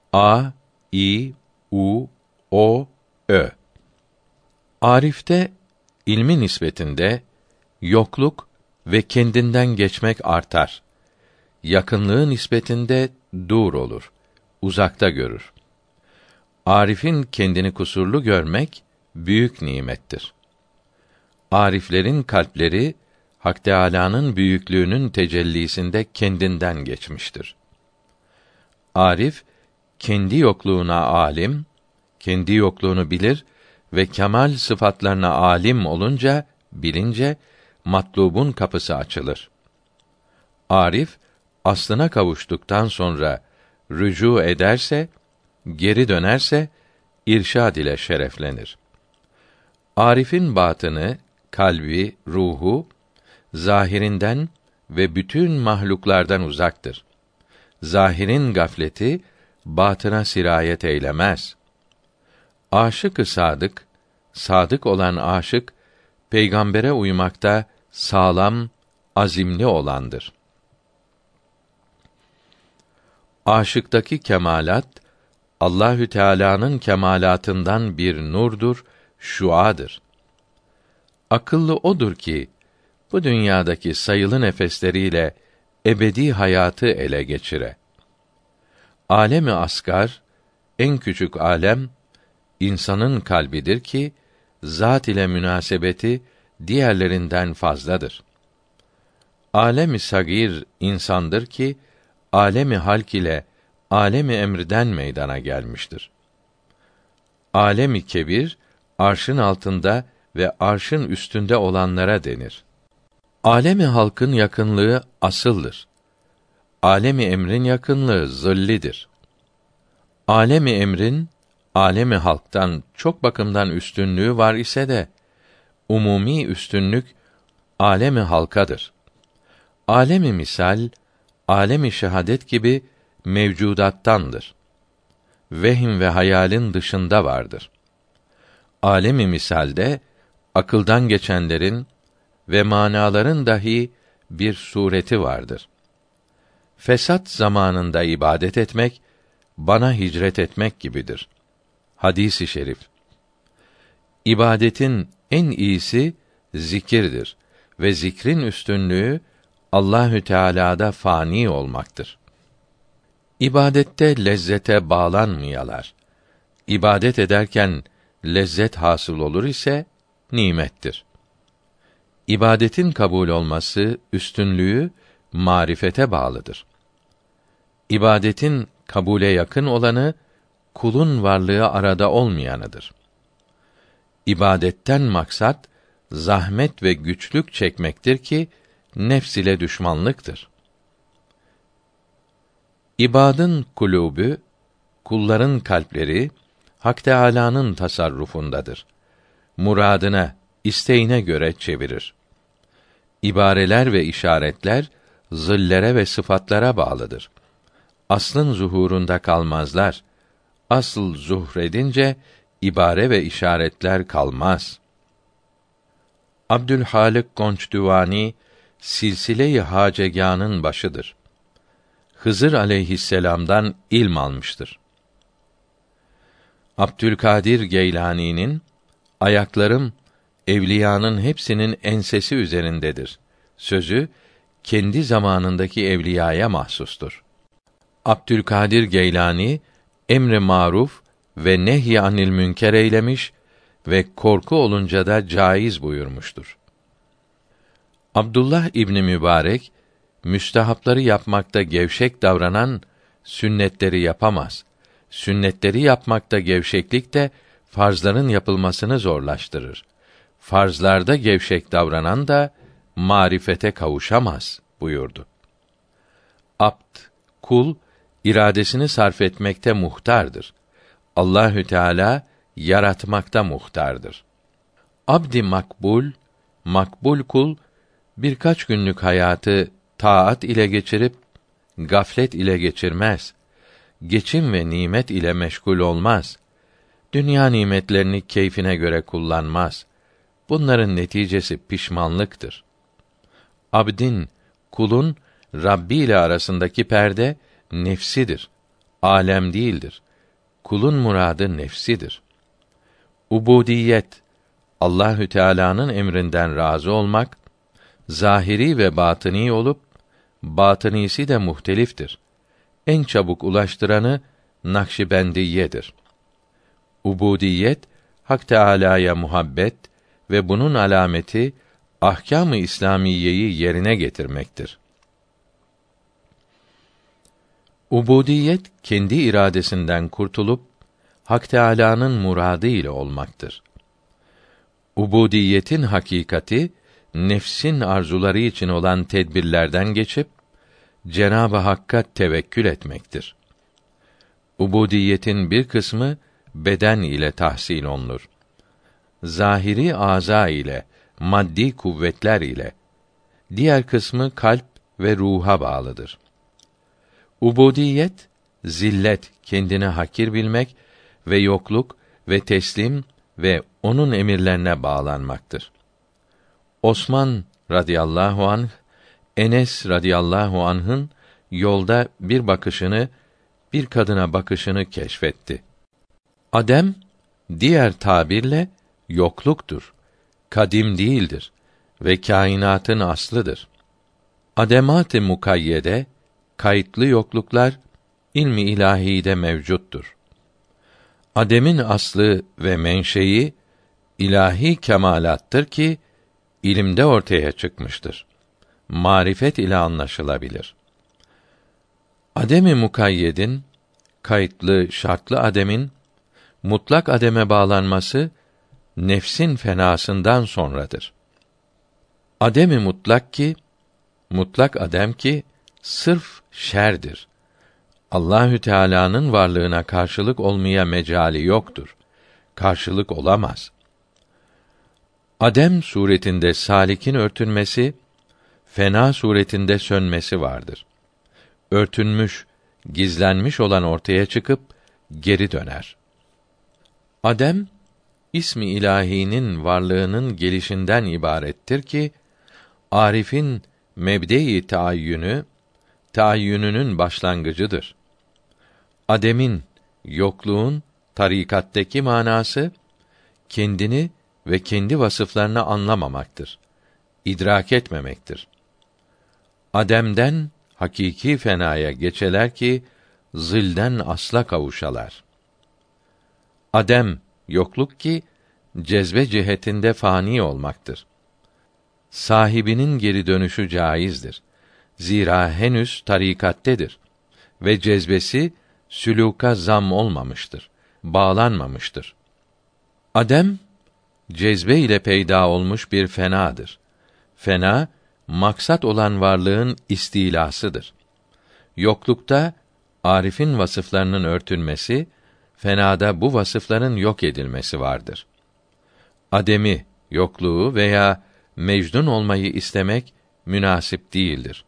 A, İ, U, O, Ö. Arif'te ilmi nispetinde yokluk ve kendinden geçmek artar. Yakınlığı nispetinde dur olur, uzakta görür. Arif'in kendini kusurlu görmek büyük nimettir. Ariflerin kalpleri Hak Teâlâ'nın büyüklüğünün tecellisinde kendinden geçmiştir. Arif kendi yokluğuna alim, kendi yokluğunu bilir ve kemal sıfatlarına alim olunca, bilince matlubun kapısı açılır. Arif aslına kavuştuktan sonra rücu ederse, geri dönerse irşad ile şereflenir. Arif'in batını, kalbi, ruhu zahirinden ve bütün mahluklardan uzaktır. Zahirin gafleti batına sirayet eylemez. Aşık-ı sadık, sadık olan aşık peygambere uymakta sağlam, azimli olandır. Aşıktaki kemalat Allahü Teala'nın kemalatından bir nurdur, şuadır. Akıllı odur ki bu dünyadaki sayılı nefesleriyle ebedi hayatı ele geçire. Alemi asgar, en küçük alem insanın kalbidir ki zat ile münasebeti diğerlerinden fazladır. Alemi sagir insandır ki alemi halk ile alemi emrden meydana gelmiştir. Alemi kebir arşın altında ve arşın üstünde olanlara denir. Alemi halkın yakınlığı asıldır. Alemi emrin yakınlığı zillidir. Alemi emrin alemi halktan çok bakımdan üstünlüğü var ise de umumi üstünlük alemi halkadır. Alemi misal, alemi şehadet gibi mevcudattandır. Vehim ve hayalin dışında vardır. Alemi misalde akıldan geçenlerin ve manaların dahi bir sureti vardır. Fesat zamanında ibadet etmek, bana hicret etmek gibidir. Hadis-i şerif. İbadetin en iyisi zikirdir ve zikrin üstünlüğü Allahü Teala'da fani olmaktır. İbadette lezzete bağlanmayalar. İbadet ederken lezzet hasıl olur ise nimettir. İbadetin kabul olması, üstünlüğü marifete bağlıdır. İbadetin kabule yakın olanı kulun varlığı arada olmayanıdır. İbadetten maksat zahmet ve güçlük çekmektir ki nefs ile düşmanlıktır. İbadın kulûbü, kulların kalpleri Hak Teâlâ'nın tasarrufundadır. Muradına, isteğine göre çevirir. İbareler ve işaretler zillere ve sıfatlara bağlıdır. Aslın zuhurunda kalmazlar. Asıl zuhredince ibare ve işaretler kalmaz. Abdülhalik Gonçdüvani Silsile-i Hacegân'ın başıdır. Hızır aleyhisselam'dan ilm almıştır. Abdülkadir Geylani'nin ayaklarım evliyanın hepsinin ensesi üzerindedir sözü kendi zamanındaki evliyaya mahsustur. Abdülkadir Geylani emri maruf ve nehy anil münker eylemiş ve korku olunca da caiz buyurmuştur. Abdullah İbni Mübarek müstehapları yapmakta gevşek davranan sünnetleri yapamaz. Sünnetleri yapmakta gevşeklik de farzların yapılmasını zorlaştırır. Farzlarda gevşek davranan da marifete kavuşamaz buyurdu. Abd, kul iradesini sarf etmekte muhtardır. Allahü Teala yaratmakta muhtardır. Abd-i makbul, makbul kul birkaç günlük hayatı taat ile geçirip gaflet ile geçirmez. Geçim ve nimet ile meşgul olmaz. Dünya nimetlerini keyfine göre kullanmaz. Bunların neticesi pişmanlıktır. Abdin, kulun Rabbi ile arasındaki perde nefsidir. alem değildir. Kulun muradı nefsidir. Ubudiyet, Allahü Teala'nın emrinden razı olmak, zahiri ve batini olup, batınisi de muhteliftir. En çabuk ulaştıranı Nakşibendiye'dir. Ubudiyet, Hak Teâlâ'ya muhabbet ve bunun alameti ahkâm-ı İslamiyeyi yerine getirmektir. Ubudiyet, kendi iradesinden kurtulup Hak Teâlâ'nın muradı ile olmaktır. Ubudiyetin hakikati, nefsin arzuları için olan tedbirlerden geçip Cenab-ı Hakk'a tevekkül etmektir. Ubudiyetin bir kısmı beden ile tahsil olunur. Zahiri âzâ ile, maddi kuvvetler ile, diğer kısmı kalp ve ruha bağlıdır. Ubudiyet, zillet, kendini hakir bilmek ve yokluk ve teslim ve onun emirlerine bağlanmaktır. Osman radıyallahu anh, Enes radıyallahu anh'ın yolda bir kadına bakışını keşfetti. Adem, diğer tabirle yokluktur. Kadim değildir ve kainatın aslıdır. Ademat-ı mukayyede, kayıtlı yokluklar ilmi ilahide mevcuttur. Adem'in aslı ve menşei ilahi kemalattır ki ilimde ortaya çıkmıştır. Marifet ile anlaşılabilir. Adem-i mukayyedin, kayıtlı şartlı ademin mutlak ademe bağlanması nefsin fenasından sonradır. Adem-i mutlak adem ki sırf şerdir. Allahü Teala'nın varlığına karşılık olmaya mecali yoktur. Karşılık olamaz. Adem suretinde salikin örtünmesi, fena suretinde sönmesi vardır. Örtünmüş, gizlenmiş olan ortaya çıkıp geri döner. Adem, ismi ilahinin varlığının gelişinden ibarettir ki arifin mebde-i taayyününün başlangıcıdır. Adem'in, yokluğun tarikattaki manası kendini ve kendi vasıflarını anlamamaktır. İdrak etmemektir. Adem'den hakiki fenaya geçeler ki zilden asla kavuşalar. Adem, yokluk ki cezbe cihetinde fani olmaktır. Sahibinin geri dönüşü caizdir. Zira henüz tarikattedir ve cezbesi sülûka zam olmamıştır, bağlanmamıştır. Adem, cezbe ile peyda olmuş bir fenadır. Fena, maksat olan varlığın istilasıdır. Yoklukta arifin vasıflarının örtülmesi, fenada bu vasıfların yok edilmesi vardır. Ademi, yokluğu veya mecnun olmayı istemek münasip değildir.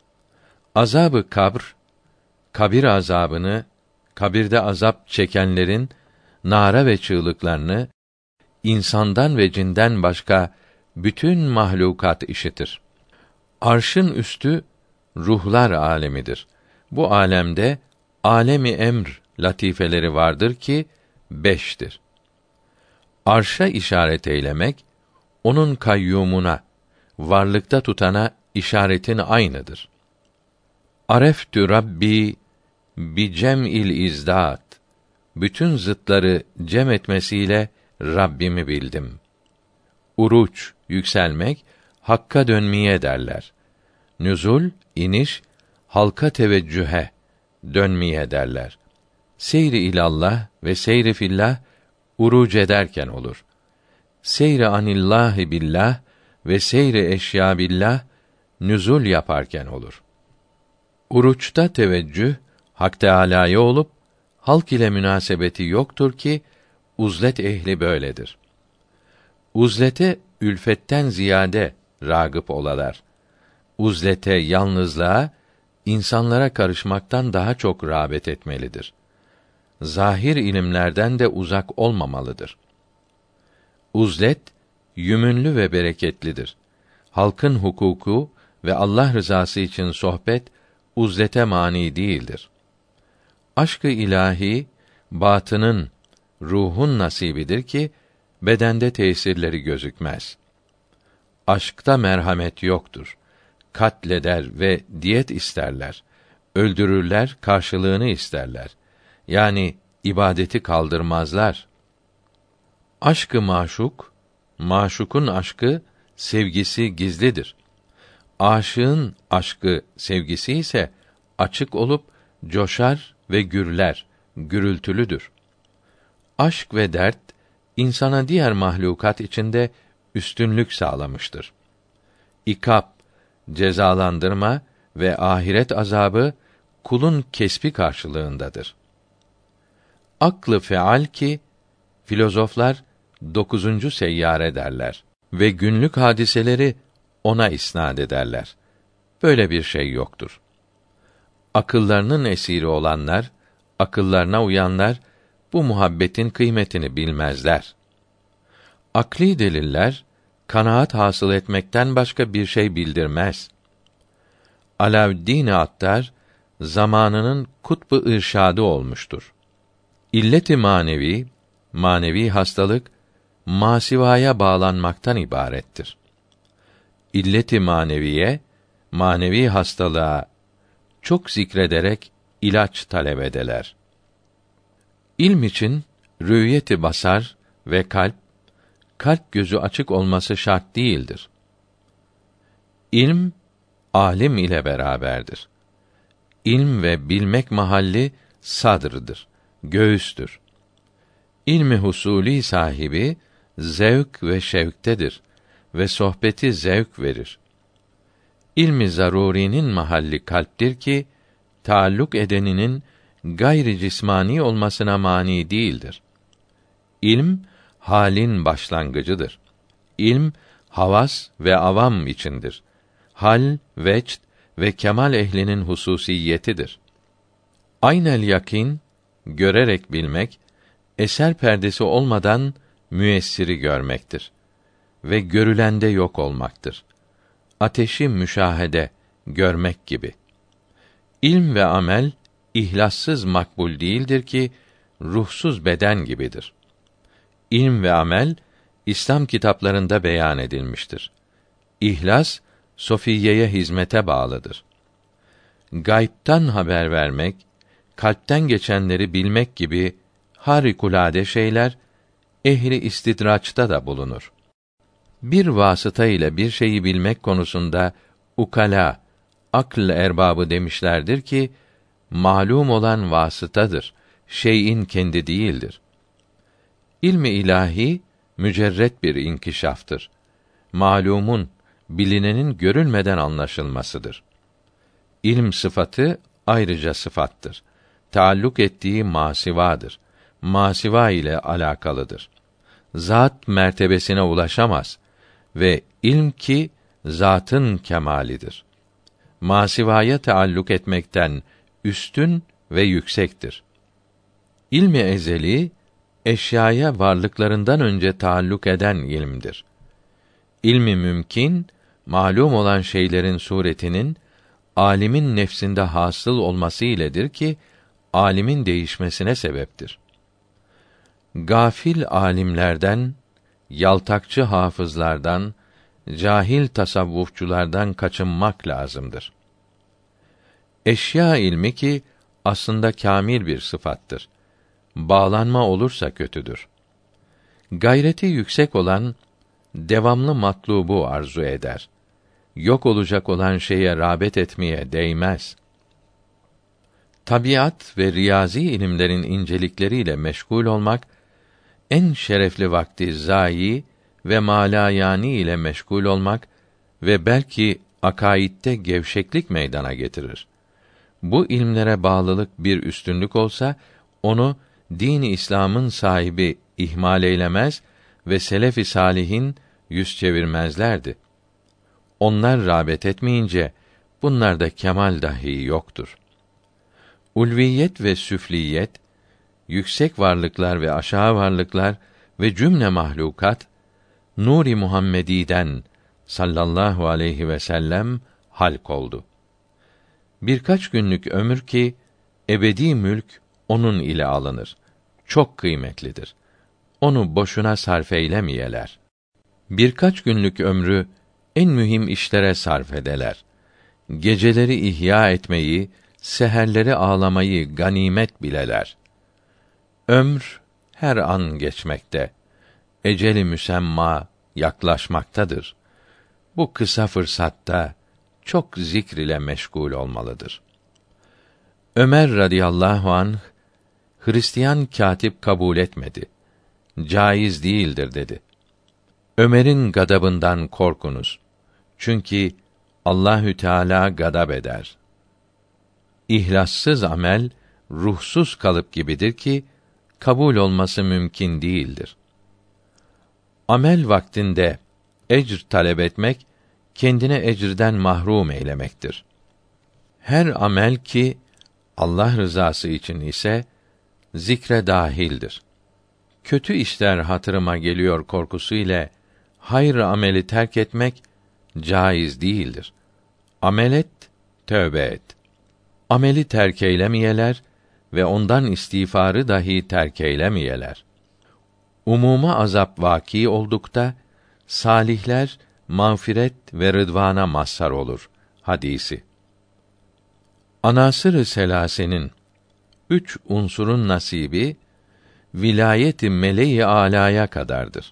Azab-ı kabir azabını, kabirde azap çekenlerin nara ve çığlıklarını insandan ve cinden başka bütün mahlukat işitir. Arşın üstü ruhlar alemidir. Bu alemde alemi emr latifeleri vardır ki 5'tir. Arşa işaret eylemek onun kayyumuna, varlıkta tutana işaretin aynıdır. Areftü Rabbi bi cem'il izdat. Bütün zıtları cem etmesiyle Rabbimi bildim. Uruç, yükselmek, hakka dönmeye derler. Nüzul, iniş, halka teveccühe, dönmeye derler. Seyri ilallah ve seyri fillah, uruc ederken olur. Seyri anillahi billah ve seyri eşya billah, nüzul yaparken olur. Uruçta teveccüh, Hak Teâlâ'ya olup, halk ile münasebeti yoktur ki, uzlet ehli böyledir. Uzlete, ülfetten ziyade ragıp olalar. Uzlete, yalnızlığa, insanlara karışmaktan daha çok rağbet etmelidir. Zahir ilimlerden de uzak olmamalıdır. Uzlet, yümünlü ve bereketlidir. Halkın hukuku ve Allah rızası için sohbet, uzlete mani değildir. Aşk-ı ilahi, batının, ruhun nasibidir ki, bedende tesirleri gözükmez. Aşkta merhamet yoktur. Katleder ve diyet isterler. Öldürürler, karşılığını isterler. Yani ibadeti kaldırmazlar. Aşk-ı maşuk, maşukun aşkı, sevgisi gizlidir. Aşığın aşkı, sevgisi ise açık olup coşar ve gürler, gürültülüdür. Aşk ve dert insana diğer mahlukat içinde üstünlük sağlamıştır. İkab, cezalandırma ve ahiret azabı kulun kesbi karşılığındadır. Aklı feal ki filozoflar 9. seyyare derler ve günlük hadiseleri ona isnad ederler. Böyle bir şey yoktur. Akıllarının esiri olanlar, akıllarına uyanlar bu muhabbetin kıymetini bilmezler. Akli deliller kanaat hasıl etmekten başka bir şey bildirmez. Alaüddin Attar zamanının kutbu irşadı olmuştur. İllet-i manevi, manevi hastalık masivaya bağlanmaktan ibarettir. İllet-i maneviye, manevi hastalığa çok zikrederek ilaç talep ederler. İlm için rü'yet-i basar ve kalp gözü açık olması şart değildir. İlm alim ile beraberdir. İlm ve bilmek mahalli sadrıdır, göğüstür. İlmi husuli sahibi zevk ve şevktedir ve sohbeti zevk verir. İlmi zarurinin mahalli kalptir ki taalluk edeninin gayri cismani olmasına mani değildir. İlm halin başlangıcıdır. İlm havas ve avam içindir. Hal, vecd ve kemal ehlinin hususiyetidir. Aynel yakin, görerek bilmek, eser perdesi olmadan müessiri görmektir ve görülende yok olmaktır. Ateşi müşahede, görmek gibi. İlm ve amel ihlassız makbul değildir ki ruhsuz beden gibidir. İlm ve amel İslam kitaplarında beyan edilmiştir. İhlas sofiyeye hizmete bağlıdır. Gayb'tan haber vermek, kalpten geçenleri bilmek gibi harikulade şeyler ehli istidraçta da bulunur. Bir vasıta ile bir şeyi bilmek konusunda ukala, akl erbabı demişlerdir ki malum olan vasıtadır, şeyin kendi değildir. İlmi ilahi mücerret bir inkişaftır. Malumun, bilinenin görülmeden anlaşılmasıdır. İlm sıfatı ayrıca sıfattır. Taalluk ettiği masivadır. Masiva ile alakalıdır. Zat mertebesine ulaşamaz ve ilm ki zatın kemalidir. Masivaya taalluk etmekten üstün ve yüksektir. İlmi ezeli eşyaya varlıklarından önce taalluk eden ilimdir. İlmi mümkün, malum olan şeylerin suretinin alimin nefsinde hasıl olması iledir ki alimin değişmesine sebeptir. Gafil alimlerden, yaltakçı hafızlardan, cahil tasavvufçulardan kaçınmak lazımdır. Eşya ilmi ki aslında kâmil bir sıfattır. Bağlanma olursa kötüdür. Gayreti yüksek olan devamlı matlubu arzu eder. Yok olacak olan şeye rağbet etmeye değmez. Tabiat ve riyazi ilimlerin incelikleriyle meşgul olmak, en şerefli vakti zayi ve malayani ile meşgul olmak ve belki akaidde gevşeklik meydana getirir. Bu ilimlere bağlılık bir üstünlük olsa, onu din-i İslam'ın sahibi ihmal eylemez ve selef-i salihin yüz çevirmezlerdi. Onlar rağbet etmeyince bunlarda kemal dahi yoktur. Ulviyet ve süfliyet, yüksek varlıklar ve aşağı varlıklar ve cümle mahlukat Nur-i Muhammedi'den sallallahu aleyhi ve sellem halk oldu. Birkaç günlük ömür ki ebedi mülk onun ile alınır. Çok kıymetlidir. Onu boşuna sarf eylemeyeler. Birkaç günlük ömrü en mühim işlere sarf edeler. Geceleri ihya etmeyi, seherleri ağlamayı ganimet bileler. Ömr her an geçmekte. Eceli müsemma yaklaşmaktadır. Bu kısa fırsatta çok zikr ile meşgul olmalıdır. Ömer radıyallahu anh, Hristiyan kâtip kabul etmedi. Caiz değildir dedi. Ömer'in gadabından korkunuz. Çünkü Allahü Teala gadab eder. İhlassız amel, ruhsuz kalıp gibidir ki, kabul olması mümkün değildir. Amel vaktinde ecr talep etmek, kendine ecirden mahrum eylemektir. Her amel ki, Allah rızası için ise, zikre dahildir. Kötü işler hatırıma geliyor korkusu ile, hayır ameli terk etmek, caiz değildir. Amel et, tövbe et. Ameli terk eylemeyeler ve ondan istiğfarı dahi terk eylemeyeler. Umuma azap vaki oldukta, salihler mağfiret ve rıdvana mazhar olur. Hadisi. Anasır-ı selasenin 3 unsurun nasibi vilayet-i meleği âlâya kadardır.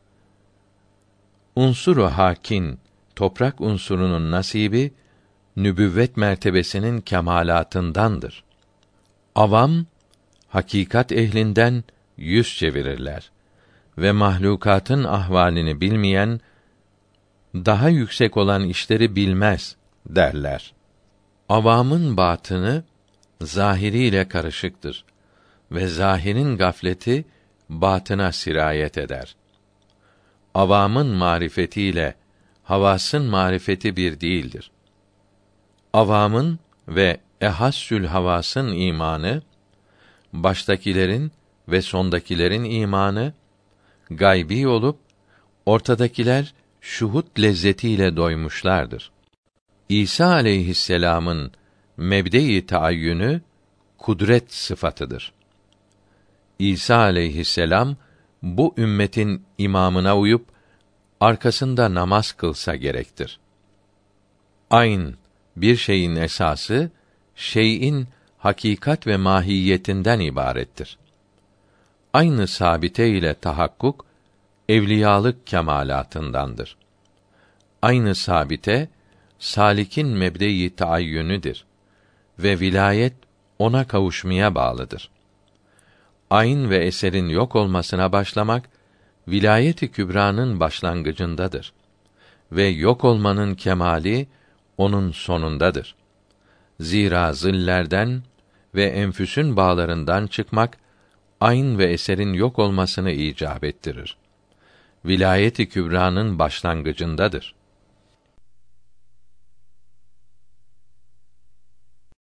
Unsuru hakin, toprak unsurunun nasibi nübüvvet mertebesinin kemalatındandır. Avam hakikat ehlinden yüz çevirirler ve mahlukatın ahvalini bilmeyen daha yüksek olan işleri bilmez derler. Avamın batını zahiriyle karışıktır ve zahirin gafleti batına sirayet eder. Avamın marifetiyle havasın marifeti bir değildir. Avamın ve ehassül havasın imanı, baştakilerin ve sondakilerin imanı, gaybi olup, ortadakiler şuhud lezzetiyle doymuşlardır. İsa aleyhisselam'ın mebde-i taayyünü, kudret sıfatıdır. İsa aleyhisselam, bu ümmetin imamına uyup, arkasında namaz kılsa gerektir. Ayn, bir şeyin esası, şeyin hakikat ve mahiyetinden ibarettir. Aynı sabite ile tahakkuk, evliyalık kemalatındandır. Aynı sabite, salikin mebde-i taayyünüdür ve vilayet ona kavuşmaya bağlıdır. Ayn ve eserin yok olmasına başlamak, vilayet-i kübra'nın başlangıcındadır ve yok olmanın kemali onun sonundadır. Zira zillerden ve enfüsün bağlarından çıkmak, ayn ve eserin yok olmasını icap ettirir. Vilayet-i kübra'nın başlangıcındadır.